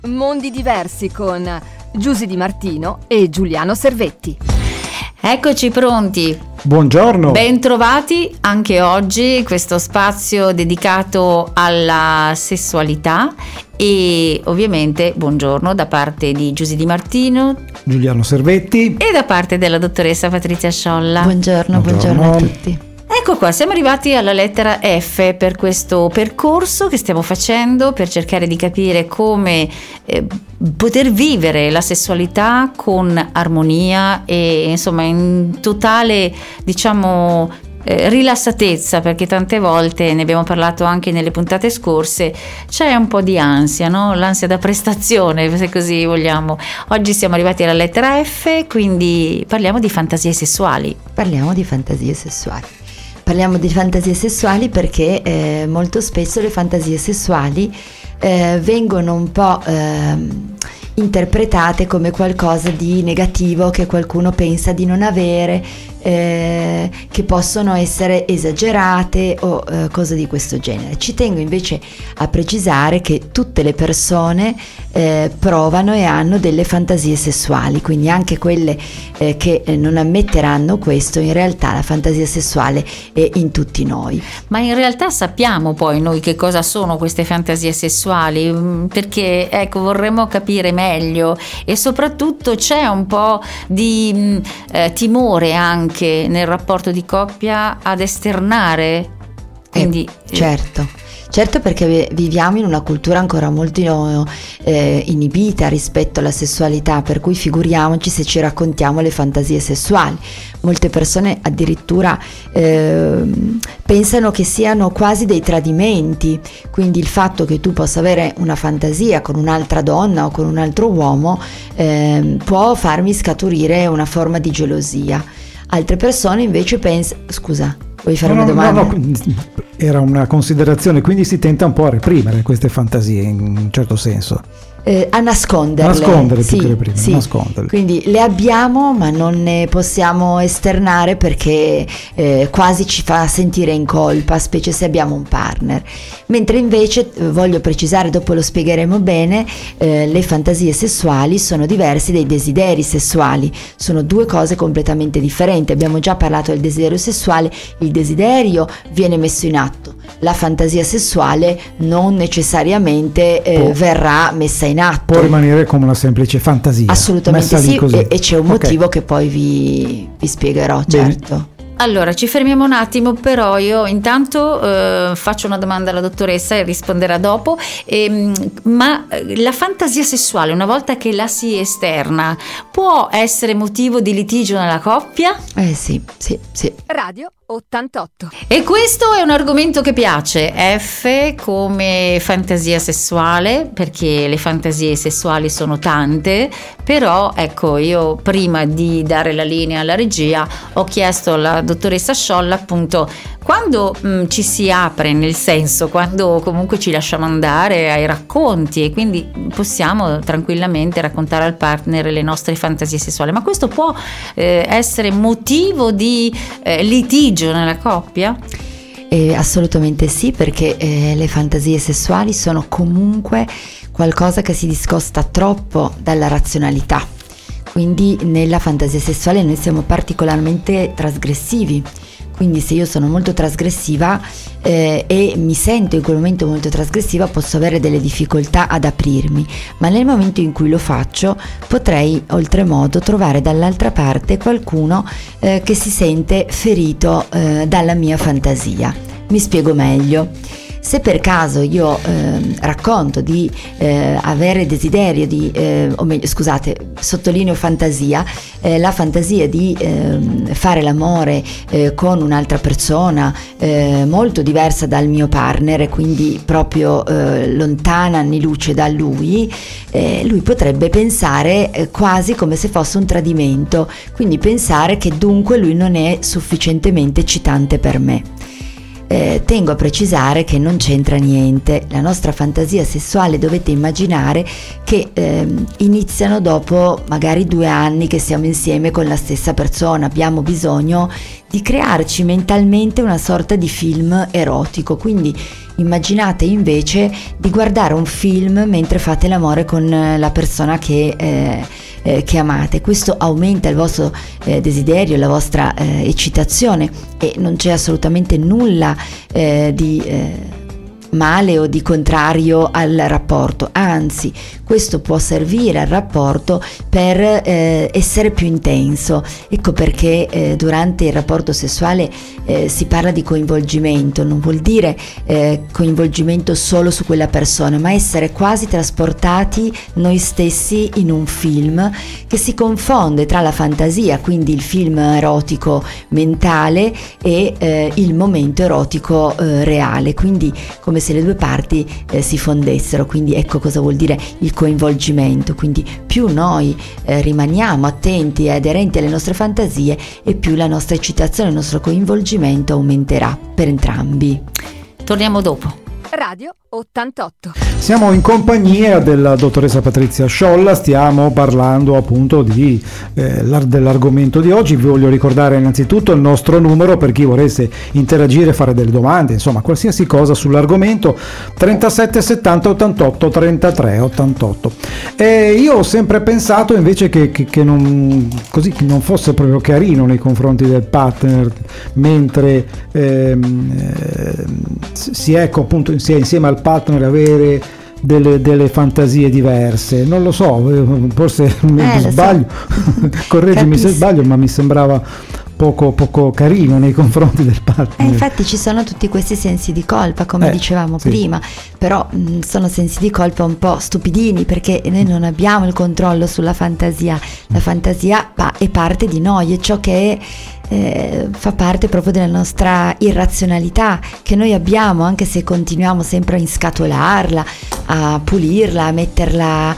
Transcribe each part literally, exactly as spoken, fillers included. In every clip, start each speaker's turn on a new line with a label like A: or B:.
A: Mondi diversi con Giusy Di Martino e Giuliano Servetti.
B: Eccoci pronti.
C: Buongiorno.
B: Bentrovati anche oggi, questo spazio dedicato alla sessualità, e ovviamente buongiorno da parte di Giusy Di Martino,
C: Giuliano Servetti
B: e da parte della dottoressa Patrizia Sciolla.
D: Buongiorno, buongiorno, buongiorno a tutti.
B: Ecco qua, siamo arrivati alla lettera F per questo percorso che stiamo facendo per cercare di capire come eh, poter vivere la sessualità con armonia e insomma in totale, diciamo, eh, rilassatezza, perché tante volte, ne abbiamo parlato anche nelle puntate scorse, c'è un po' di ansia, no? L'ansia da prestazione, se così vogliamo. Oggi siamo arrivati alla lettera F, quindi parliamo di fantasie sessuali.
D: Parliamo di fantasie sessuali. Parliamo di fantasie sessuali perché eh, molto spesso le fantasie sessuali eh, vengono un po' eh, interpretate come qualcosa di negativo che qualcuno pensa di non avere, eh, che possono essere esagerate o eh, cose di questo genere. Ci tengo invece a precisare che tutte le persone eh, provano e hanno delle fantasie sessuali, quindi anche quelle eh, che non ammetteranno questo, in realtà la fantasia sessuale è in tutti noi.
B: Ma in realtà sappiamo poi noi che cosa sono queste fantasie sessuali, perché ecco, vorremmo capire meglio, e soprattutto c'è un po' di eh, timore anche nel rapporto di coppia ad esternare. Quindi
D: eh, certo Certo, perché viviamo in una cultura ancora molto eh, inibita rispetto alla sessualità, per cui figuriamoci se ci raccontiamo le fantasie sessuali. Molte persone addirittura eh, pensano che siano quasi dei tradimenti, quindi il fatto che tu possa avere una fantasia con un'altra donna o con un altro uomo eh, può farmi scaturire una forma di gelosia. Altre persone invece pensano... Scusa, vuoi fare
C: no,
D: una domanda?
C: No, no, era una considerazione, quindi si tenta un po' a reprimere queste fantasie in un certo senso.
D: Eh, a nasconderle,
C: nasconderle
D: sì,
C: più che reprimere,
D: sì.
C: nasconderle.
D: Quindi le abbiamo ma non ne possiamo esternare perché eh, quasi ci fa sentire in colpa, specie se abbiamo un partner. Mentre invece eh, voglio precisare, dopo lo spiegheremo bene, eh, le fantasie sessuali sono diverse dai desideri sessuali, sono due cose completamente differenti. Abbiamo già parlato del desiderio sessuale, il desiderio viene messo in atto, la fantasia sessuale non necessariamente eh,
C: Può.
D: verrà messa in in atto.
C: Può rimanere come una semplice fantasia.
D: Assolutamente sì, e, e c'è un motivo
C: okay.
D: che poi vi, vi spiegherò. Bene. Certo.
B: Allora, ci fermiamo un attimo, però io intanto eh, faccio una domanda alla dottoressa e risponderà dopo. E, ma la fantasia sessuale, una volta che la si esterna, può essere motivo di litigio nella coppia?
D: Eh sì, sì, sì.
A: Radio ottantotto.
B: E questo è un argomento che piace. F come fantasia sessuale, perché le fantasie sessuali sono tante, però ecco, io prima di dare la linea alla regia ho chiesto alla dottoressa Sciolla, appunto, quando mh, ci si apre, nel senso quando comunque ci lasciamo andare ai racconti e quindi possiamo tranquillamente raccontare al partner le nostre fantasie sessuali, ma questo può eh, essere motivo di eh, litigio nella coppia?
D: Eh, assolutamente sì, perché eh, le fantasie sessuali sono comunque qualcosa che si discosta troppo dalla razionalità, quindi nella fantasia sessuale noi siamo particolarmente trasgressivi. Quindi se io sono molto trasgressiva eh, e mi sento in quel momento molto trasgressiva, posso avere delle difficoltà ad aprirmi, ma nel momento in cui lo faccio potrei oltremodo trovare dall'altra parte qualcuno eh, che si sente ferito eh, dalla mia fantasia. Mi spiego meglio. Se per caso io eh, racconto di eh, avere desiderio di, eh, o meglio scusate, sottolineo fantasia, eh, la fantasia di eh, fare l'amore eh, con un'altra persona eh, molto diversa dal mio partner e quindi proprio eh, lontana anni luce da lui, eh, lui potrebbe pensare eh, quasi come se fosse un tradimento, quindi pensare che dunque lui non è sufficientemente eccitante per me. eh, tengo a precisare che non c'entra niente. La nostra fantasia sessuale dovete immaginare che eh, iniziano dopo magari due anni che siamo insieme con la stessa persona. Abbiamo bisogno di crearci mentalmente una sorta di film erotico, quindi immaginate invece di guardare un film mentre fate l'amore con la persona che, eh, eh, che amate. Questo aumenta il vostro eh, desiderio, la vostra eh, eccitazione, e non c'è assolutamente nulla eh, di eh, male o di contrario al rapporto, anzi questo può servire al rapporto per eh, essere più intenso. Ecco perché eh, durante il rapporto sessuale eh, si parla di coinvolgimento. Non vuol dire eh, coinvolgimento solo su quella persona, ma essere quasi trasportati noi stessi in un film che si confonde tra la fantasia, quindi il film erotico mentale, e eh, il momento erotico eh, reale, quindi come se le due parti eh, si fondessero. Quindi ecco cosa vuol dire il coinvolgimento. Quindi più noi eh, rimaniamo attenti e aderenti alle nostre fantasie, e più la nostra eccitazione, il nostro coinvolgimento aumenterà per entrambi.
B: Torniamo dopo.
A: Radio ottantotto.
C: Siamo in compagnia della dottoressa Patrizia Sciolla, stiamo parlando appunto di, eh, dell'argomento di oggi. Vi voglio ricordare innanzitutto il nostro numero per chi volesse interagire, fare delle domande, insomma qualsiasi cosa sull'argomento: trentasette settanta ottantotto trentatré ottantotto. E io ho sempre pensato invece che, che, che non, così, che non fosse proprio carino nei confronti del partner mentre ehm, eh, si è appunto si è insieme al partner avere delle, delle fantasie diverse. Non lo so, forse mi
D: eh,
C: sbaglio, so. Correggimi se sbaglio, ma mi sembrava poco, poco carino nei confronti del partner.
D: Eh, infatti ci sono tutti questi sensi di colpa, come
C: eh,
D: dicevamo
C: sì.
D: prima, però mh, sono sensi di colpa un po' stupidini, perché noi non abbiamo il controllo sulla fantasia. La fantasia pa- è parte di noi, è ciò che è Eh, fa parte proprio della nostra irrazionalità che noi abbiamo, anche se continuiamo sempre a inscatolarla, a pulirla, a metterla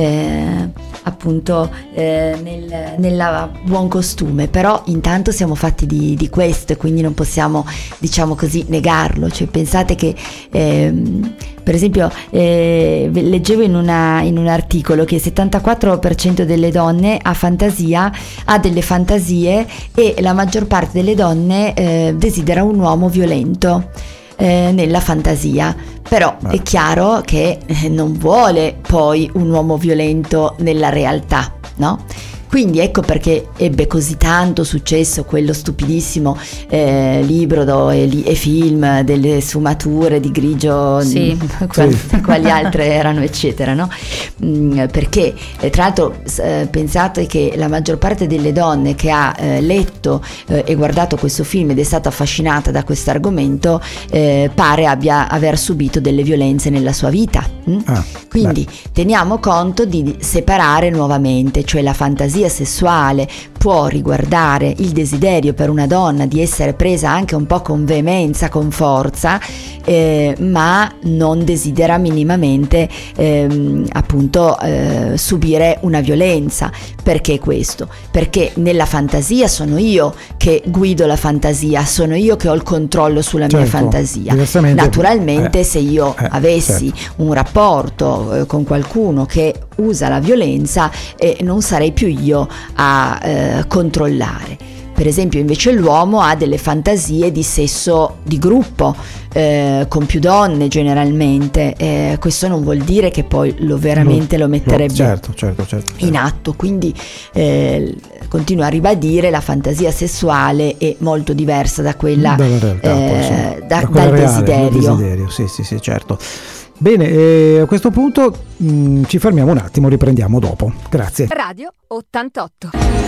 D: eh, appunto eh, nel nella buon costume. Però intanto siamo fatti di, di questo, e quindi non possiamo, diciamo così, negarlo. Cioè pensate che ehm, per esempio eh, leggevo in, una, in un articolo che il settantaquattro per cento delle donne ha fantasia, ha delle fantasie, e la maggior parte delle donne eh, desidera un uomo violento eh, nella fantasia. Però Beh. è chiaro che eh, non vuole poi un uomo violento nella realtà, no? Quindi ecco perché ebbe così tanto successo quello stupidissimo eh, libro do, e, e film delle sfumature di grigio,
B: sì.
D: quali,
C: sì.
D: quali altre erano, eccetera, no? Mm, perché eh, tra l'altro eh, pensate che la maggior parte delle donne che ha eh, letto eh, e guardato questo film ed è stata affascinata da questo argomento eh, pare abbia aver subito delle violenze nella sua vita. Mm?
C: Ah,
D: Quindi
C: beh.
D: teniamo conto di separare nuovamente, cioè la fantasia sessuale può riguardare il desiderio per una donna di essere presa anche un po' con veemenza, con forza, eh, ma non desidera minimamente ehm, appunto eh, subire una violenza. Perché questo? Perché nella fantasia sono io che guido la fantasia, sono io che ho il controllo sulla
C: certo,
D: mia fantasia. Naturalmente
C: eh,
D: se io
C: eh,
D: avessi
C: certo.
D: un rapporto eh, con qualcuno che usa la violenza, eh, non sarei più io a eh, controllare. Per esempio invece l'uomo ha delle fantasie di sesso di gruppo eh, con più donne generalmente, eh, questo non vuol dire che poi lo veramente lo, lo metterebbe
C: no, certo, certo, certo, certo.
D: in atto. Quindi eh, continuo a ribadire, la fantasia sessuale è molto diversa da quella
C: dalla realtà,
D: eh,
C: poi, sì.
D: da,
C: da quella
D: dal
C: reale,
D: desiderio.
C: dal desiderio. Sì, sì, sì, certo. Bene, eh, a questo punto mh, ci fermiamo un attimo, riprendiamo dopo. Grazie.
A: Radio ottantotto.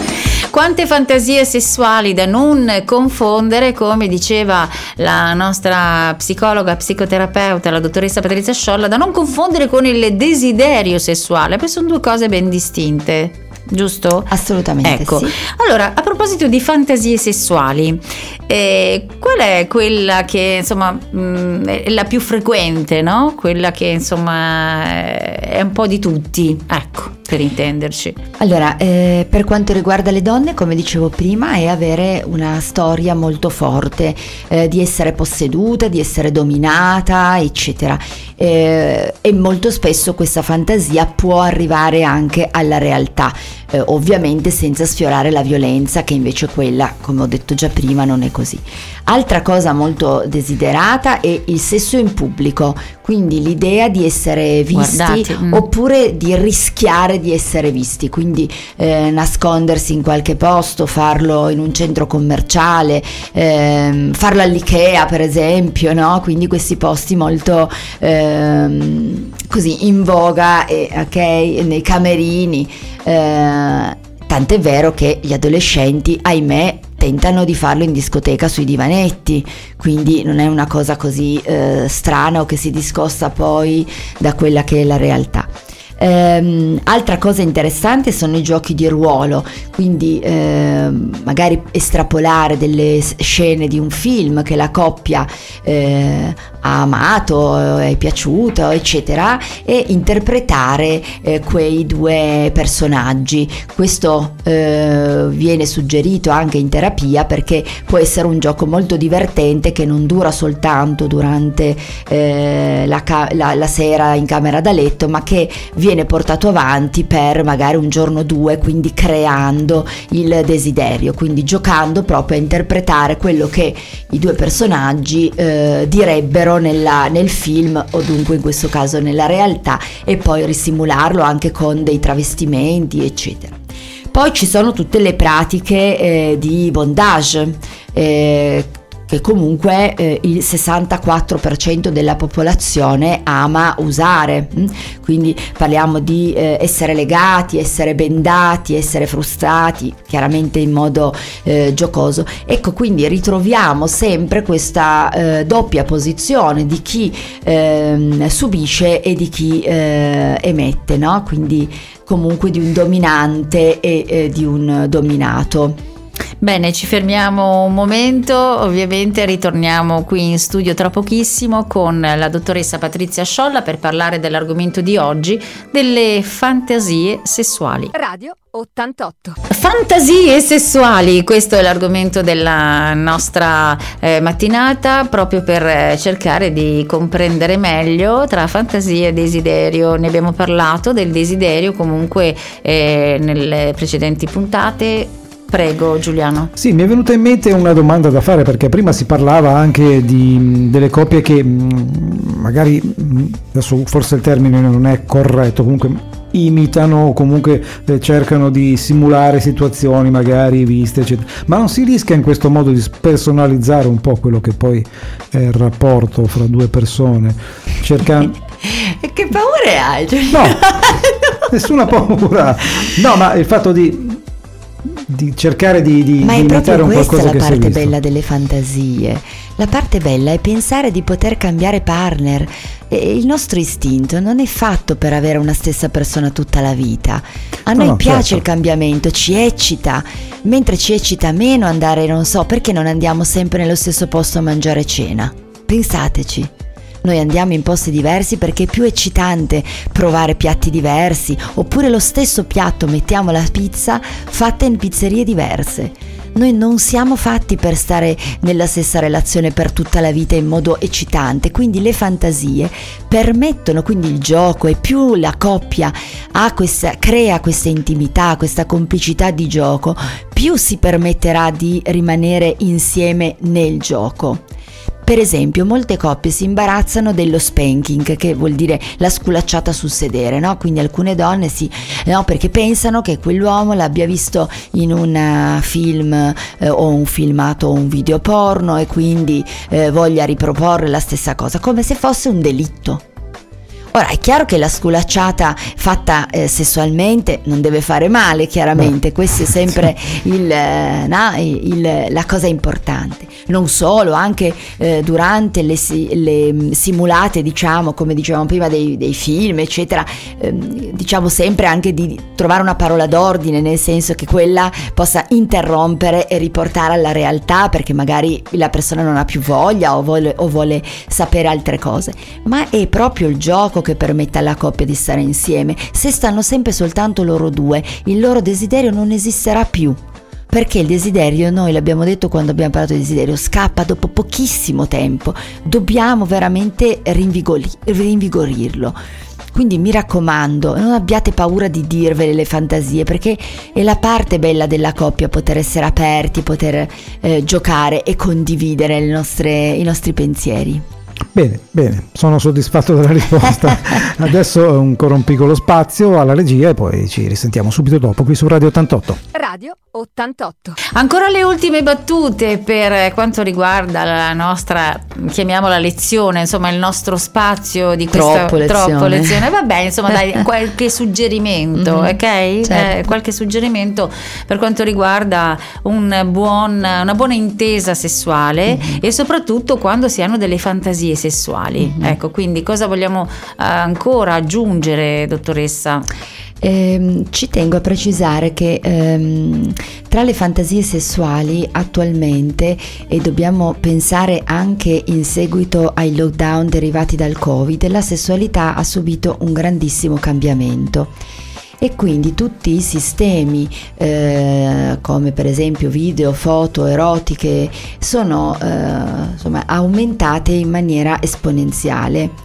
B: Quante fantasie sessuali da non confondere, come diceva la nostra psicologa, psicoterapeuta, la dottoressa Patrizia Sciolla, da non confondere con il desiderio sessuale, perché sono due cose ben distinte. Giusto?
D: Assolutamente
B: ecco.
D: sì.
B: Allora, a proposito di fantasie sessuali, eh, qual è quella che insomma mh, è la più frequente, no? Quella che insomma è un po' di tutti, ecco. per intenderci.
D: Allora, eh, per quanto riguarda le donne, come dicevo prima, è avere una storia molto forte, eh, di essere posseduta, di essere dominata, eccetera. Eh, e molto spesso questa fantasia può arrivare anche alla realtà, eh, ovviamente senza sfiorare la violenza, che invece quella, come ho detto già prima, non è così. Altra cosa molto desiderata è il sesso in pubblico, quindi l'idea di essere visti,
B: Guardati, mm.
D: oppure di rischiare di essere visti, quindi eh, nascondersi in qualche posto, farlo in un centro commerciale, ehm, farlo all'Ikea per esempio, no? Quindi questi posti molto ehm, così in voga, eh, ok, nei camerini, eh, tant'è vero che gli adolescenti, ahimè, tentano di farlo in discoteca sui divanetti, quindi non è una cosa così eh, strana o che si discosta poi da quella che è la realtà. Ehm, altra cosa interessante sono i giochi di ruolo, quindi ehm, magari estrapolare delle scene di un film che la coppia eh, ha amato, è piaciuto, eccetera, e interpretare eh, quei due personaggi. Questo eh, viene suggerito anche in terapia, perché può essere un gioco molto divertente che non dura soltanto durante eh, la, ca- la, la sera in camera da letto, ma che viene portato avanti per magari un giorno o due, quindi creando il desiderio, quindi giocando proprio a interpretare quello che i due personaggi eh, direbbero nella, nel film, o dunque in questo caso nella realtà, e poi risimularlo anche con dei travestimenti, eccetera. Poi ci sono tutte le pratiche eh, di bondage, eh, che comunque eh, il sessantaquattro per cento della popolazione ama usare, quindi parliamo di eh, essere legati, essere bendati, essere frustati, chiaramente in modo eh, giocoso. Ecco, quindi ritroviamo sempre questa eh, doppia posizione di chi eh, subisce e di chi eh, emette, no? Quindi comunque di un dominante e eh, di un dominato.
B: Bene, ci fermiamo un momento, ovviamente ritorniamo qui in studio tra pochissimo con la dottoressa Patrizia Sciolla per parlare dell'argomento di oggi, delle fantasie sessuali.
A: Radio ottantotto.
B: Fantasie sessuali, questo è l'argomento della nostra eh, mattinata, proprio per eh, cercare di comprendere meglio tra fantasia e desiderio. Ne abbiamo parlato del desiderio comunque eh, nelle precedenti puntate. Prego Giuliano.
C: Sì, mi è venuta in mente una domanda da fare, perché prima si parlava anche di delle coppie che magari, adesso forse il termine non è corretto, comunque imitano o comunque cercano di simulare situazioni magari viste, eccetera. Ma non si rischia in questo modo di spersonalizzare un po' quello che poi è il rapporto fra due persone, cercando...
D: Che paure hai, Giuliano?
C: No, nessuna paura. No, ma il fatto di di cercare di, di,
D: ma
C: di
D: è
C: imitare
D: proprio
C: un
D: questa
C: qualcosa
D: la
C: che si è
D: parte
C: visto.
D: bella delle fantasie. La parte bella è pensare di poter cambiare partner. E il nostro istinto non è fatto per avere una stessa persona tutta la vita. A
C: No,
D: noi
C: no,
D: piace
C: certo.
D: il cambiamento, ci eccita, mentre ci eccita meno andare, non so, perché non andiamo sempre nello stesso posto a mangiare cena? Pensateci. Noi andiamo in posti diversi perché è più eccitante provare piatti diversi, oppure lo stesso piatto, mettiamo la pizza, fatta in pizzerie diverse. Noi non siamo fatti per stare nella stessa relazione per tutta la vita in modo eccitante, quindi le fantasie permettono, quindi il gioco, e più la coppia ha questa, crea questa intimità, questa complicità di gioco, più si permetterà di rimanere insieme nel gioco. Per esempio, molte coppie si imbarazzano dello spanking, che vuol dire la sculacciata sul sedere, no? Quindi alcune donne sì, no, perché pensano che quell'uomo l'abbia visto in un film eh, o un filmato o un video porno, e quindi eh, voglia riproporre la stessa cosa, come se fosse un delitto. Ora, è chiaro che la sculacciata fatta eh, sessualmente non deve fare male, chiaramente, questo è sempre il, eh, no, il, la cosa importante. Non solo, anche eh, durante le, le simulate, diciamo, come dicevamo prima, dei, dei film, eccetera, eh, diciamo sempre anche di trovare una parola d'ordine, nel senso che quella possa interrompere e riportare alla realtà, perché magari la persona non ha più voglia o vuole, o vuole sapere altre cose. Ma è proprio il gioco che permetta alla coppia di stare insieme. Se stanno sempre soltanto loro due, il loro desiderio non esisterà più. Perché il desiderio, noi l'abbiamo detto quando abbiamo parlato di desiderio, scappa dopo pochissimo tempo. Dobbiamo veramente rinvigori- rinvigorirlo. Quindi mi raccomando, non abbiate paura di dirvele le fantasie, perché è la parte bella della coppia poter essere aperti, poter eh, giocare e condividere le nostre, i nostri pensieri.
C: Bene, bene, sono soddisfatto della risposta. Adesso ancora un piccolo spazio alla regia e poi ci risentiamo subito dopo qui su Radio ottantotto.
A: Radio ottantotto.
B: Ancora le ultime battute per quanto riguarda la nostra, chiamiamola lezione, insomma il nostro spazio di questa
D: troppo lezione,
B: troppo lezione. Vabbè, insomma dai, qualche suggerimento, mm-hmm. ok?
D: Certo.
B: Eh, qualche suggerimento per quanto riguarda un buon, una buona intesa sessuale, mm-hmm. e soprattutto quando si hanno delle fantasie sessuali. Mm-hmm. Ecco, quindi cosa vogliamo uh, ancora aggiungere, dottoressa?
D: Eh, ci tengo a precisare che ehm, tra le fantasie sessuali attualmente, e dobbiamo pensare anche in seguito ai lockdown derivati dal Covid, la sessualità ha subito un grandissimo cambiamento. E quindi tutti i sistemi eh, come per esempio video, foto erotiche sono eh, insomma aumentate in maniera esponenziale.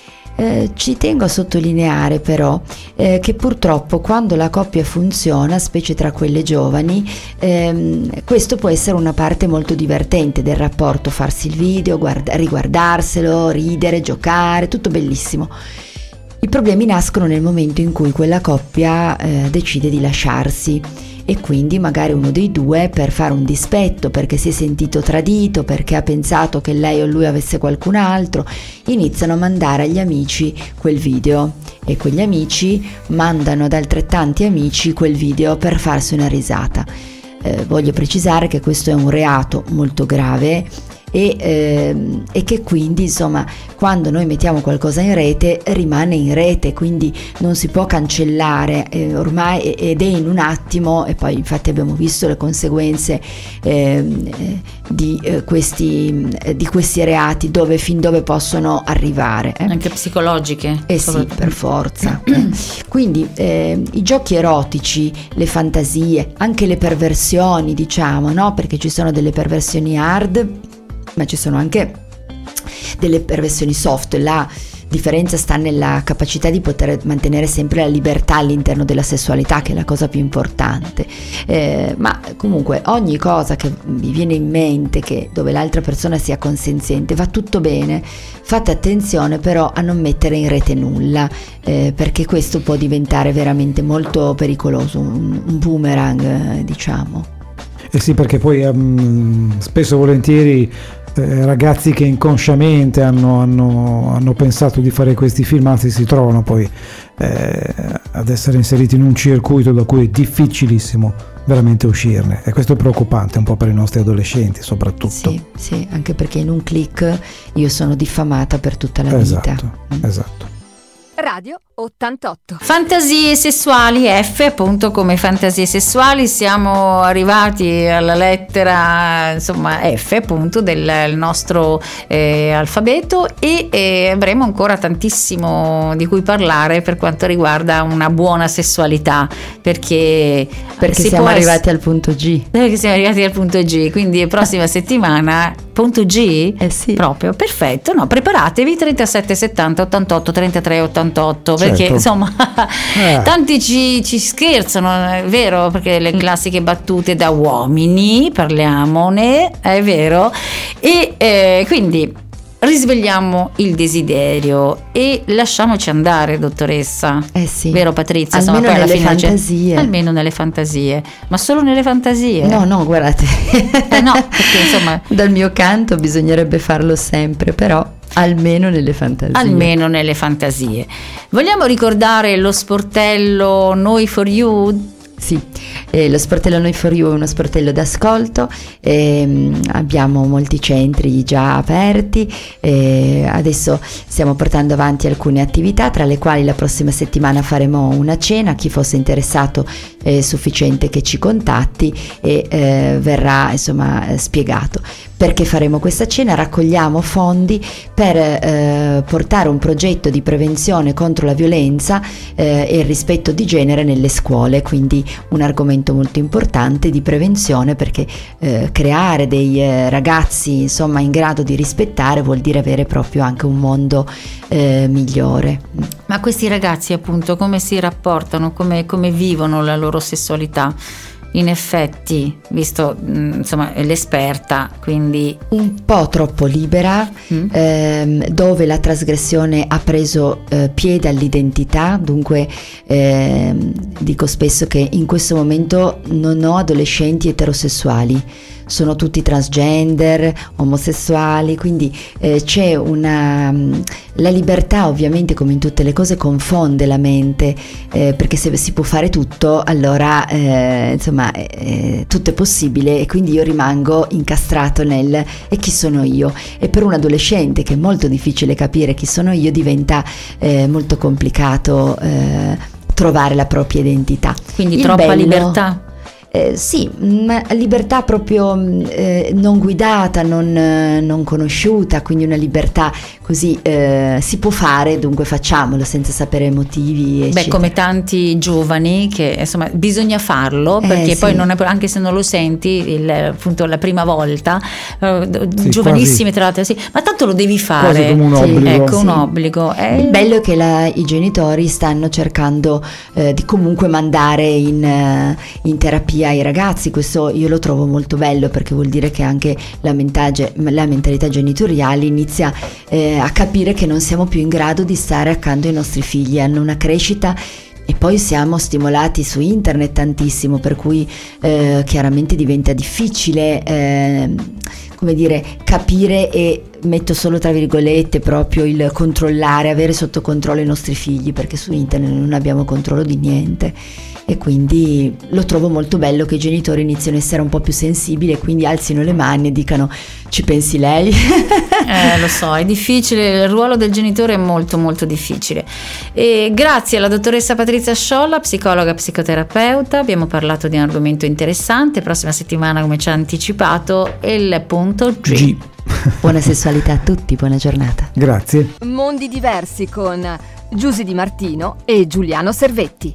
D: Eh, ci tengo a sottolineare però eh, che purtroppo quando la coppia funziona, specie tra quelle giovani, ehm, questo può essere una parte molto divertente del rapporto, farsi il video, guarda- riguardarselo, ridere, giocare, tutto bellissimo. I problemi nascono nel momento in cui quella coppia eh, decide di lasciarsi, e quindi magari uno dei due, per fare un dispetto, perché si è sentito tradito, perché ha pensato che lei o lui avesse qualcun altro, iniziano a mandare agli amici quel video, e quegli amici mandano ad altrettanti amici quel video per farsi una risata. Eh, voglio precisare che questo è un reato molto grave e, ehm, e che quindi insomma quando noi mettiamo qualcosa in rete rimane in rete, quindi non si può cancellare eh, ormai, ed è in un attimo. E poi infatti abbiamo visto le conseguenze ehm, eh, di, eh, questi, eh, di questi reati, dove fin dove possono arrivare, eh.
B: Anche psicologiche.
D: Eh sì, per forza. Quindi eh, i giochi erotici, le fantasie, anche le perversioni, diciamo, no? Perché ci sono delle perversioni hard, ma ci sono anche delle perversioni soft. La differenza sta nella capacità di poter mantenere sempre la libertà all'interno della sessualità, che è la cosa più importante. Eh, ma comunque ogni cosa che vi viene in mente, che dove l'altra persona sia consenziente, va tutto bene. Fate attenzione però a non mettere in rete nulla, eh, perché questo può diventare veramente molto pericoloso, un, un boomerang, eh, diciamo.
C: Eh sì, perché poi um, spesso e volentieri eh, ragazzi che inconsciamente hanno, hanno, hanno pensato di fare questi filmati si trovano poi eh, ad essere inseriti in un circuito da cui è difficilissimo veramente uscirne, e questo è preoccupante un po' per i nostri adolescenti soprattutto.
D: Sì, sì, anche perché in un click io sono diffamata per tutta la
C: esatto,
D: vita.
C: Esatto.
A: Radio ottantotto.
B: Fantasie sessuali, F appunto come fantasie sessuali. Siamo arrivati alla lettera insomma F appunto del nostro eh, alfabeto, e eh, avremo ancora tantissimo di cui parlare per quanto riguarda una buona sessualità, perché
D: perché
B: si
D: siamo
B: può
D: arrivati
B: ess-
D: al punto G.
B: perché siamo arrivati al punto G, quindi prossima settimana punto G,
D: eh sì,
B: proprio perfetto. No, preparatevi, trentasette settanta ottantotto trentatré ottantotto, perché
C: certo.
B: insomma
C: eh.
B: tanti ci, ci scherzano, è vero, perché le classiche battute da uomini, parliamone, è vero, e eh, quindi risvegliamo il desiderio e lasciamoci andare, dottoressa.
D: Eh sì.
B: Vero Patrizia?
D: Almeno
B: Insomma, poi alla
D: nelle
B: fine c'è-
D: fantasie.
B: almeno nelle fantasie, ma solo nelle fantasie.
D: No, no, guardate.
B: Eh no, perché insomma
D: dal mio canto bisognerebbe farlo sempre, però almeno nelle fantasie.
B: almeno nelle fantasie. Vogliamo ricordare lo sportello Noi for You?
D: Sì, eh, lo sportello Noi For You è uno sportello d'ascolto, ehm, abbiamo molti centri già aperti, eh, adesso stiamo portando avanti alcune attività, tra le quali la prossima settimana faremo una cena. Chi fosse interessato è sufficiente che ci contatti e eh, verrà insomma spiegato. Perché faremo questa cena? Raccogliamo fondi per eh, portare un progetto di prevenzione contro la violenza eh, e il rispetto di genere nelle scuole, quindi un argomento molto importante di prevenzione, perché eh, creare dei eh, ragazzi insomma in grado di rispettare vuol dire avere proprio anche un mondo eh, migliore.
B: Ma questi ragazzi appunto come si rapportano, come, come vivono la loro sessualità? In effetti, visto insomma l'esperta, quindi
D: un po' troppo libera, mm. ehm, dove la trasgressione ha preso eh, piede all'identità, dunque ehm, dico spesso che in questo momento non ho adolescenti eterosessuali, sono tutti transgender, omosessuali, quindi eh, c'è una la libertà, ovviamente come in tutte le cose confonde la mente, eh, perché se si può fare tutto allora eh, insomma eh, tutto è possibile, e quindi io rimango incastrato nel e chi sono io, e per un adolescente che è molto difficile capire chi sono io diventa eh, molto complicato eh, trovare la propria identità.
B: Quindi
D: Il
B: troppa
D: bello,
B: libertà.
D: Eh, sì, ma libertà proprio eh, non guidata, non, eh, non conosciuta, quindi una libertà così eh, si può fare, dunque facciamolo senza sapere motivi, eccetera.
B: Beh, come tanti giovani che insomma bisogna farlo, perché
D: eh,
B: poi
D: sì.
B: non è, anche se non lo senti il, appunto la prima volta eh,
C: sì,
B: giovanissime tra l'altro, sì, ma tanto lo devi fare,
C: quasi come un
D: Sì.
C: obbligo.
B: ecco,
D: Sì.
B: un obbligo. È
D: Il bello è che la, i genitori stanno cercando eh, di comunque mandare in, eh, in terapia ai ragazzi. Questo io lo trovo molto bello, perché vuol dire che anche la, mentage, la mentalità genitoriale inizia eh, a capire che non siamo più in grado di stare accanto ai nostri figli, hanno una crescita. E poi siamo stimolati su internet tantissimo, per cui eh, chiaramente diventa difficile eh, come dire, capire, e metto solo tra virgolette proprio il controllare, avere sotto controllo i nostri figli, perché su internet non abbiamo controllo di niente. E quindi lo trovo molto bello che i genitori iniziano a essere un po' più sensibili e quindi alzino le mani e dicano: ci pensi lei?
B: Eh, lo so, è difficile, il ruolo del genitore è molto molto difficile. E grazie alla dottoressa Patrizia Sciolla, psicologa psicoterapeuta, abbiamo parlato di un argomento interessante. Prossima settimana, come ci ha anticipato, il punto G.
C: G.
D: Buona sessualità a tutti, buona giornata.
C: Grazie.
A: Mondi diversi con Giusy Di Martino e Giuliano Servetti.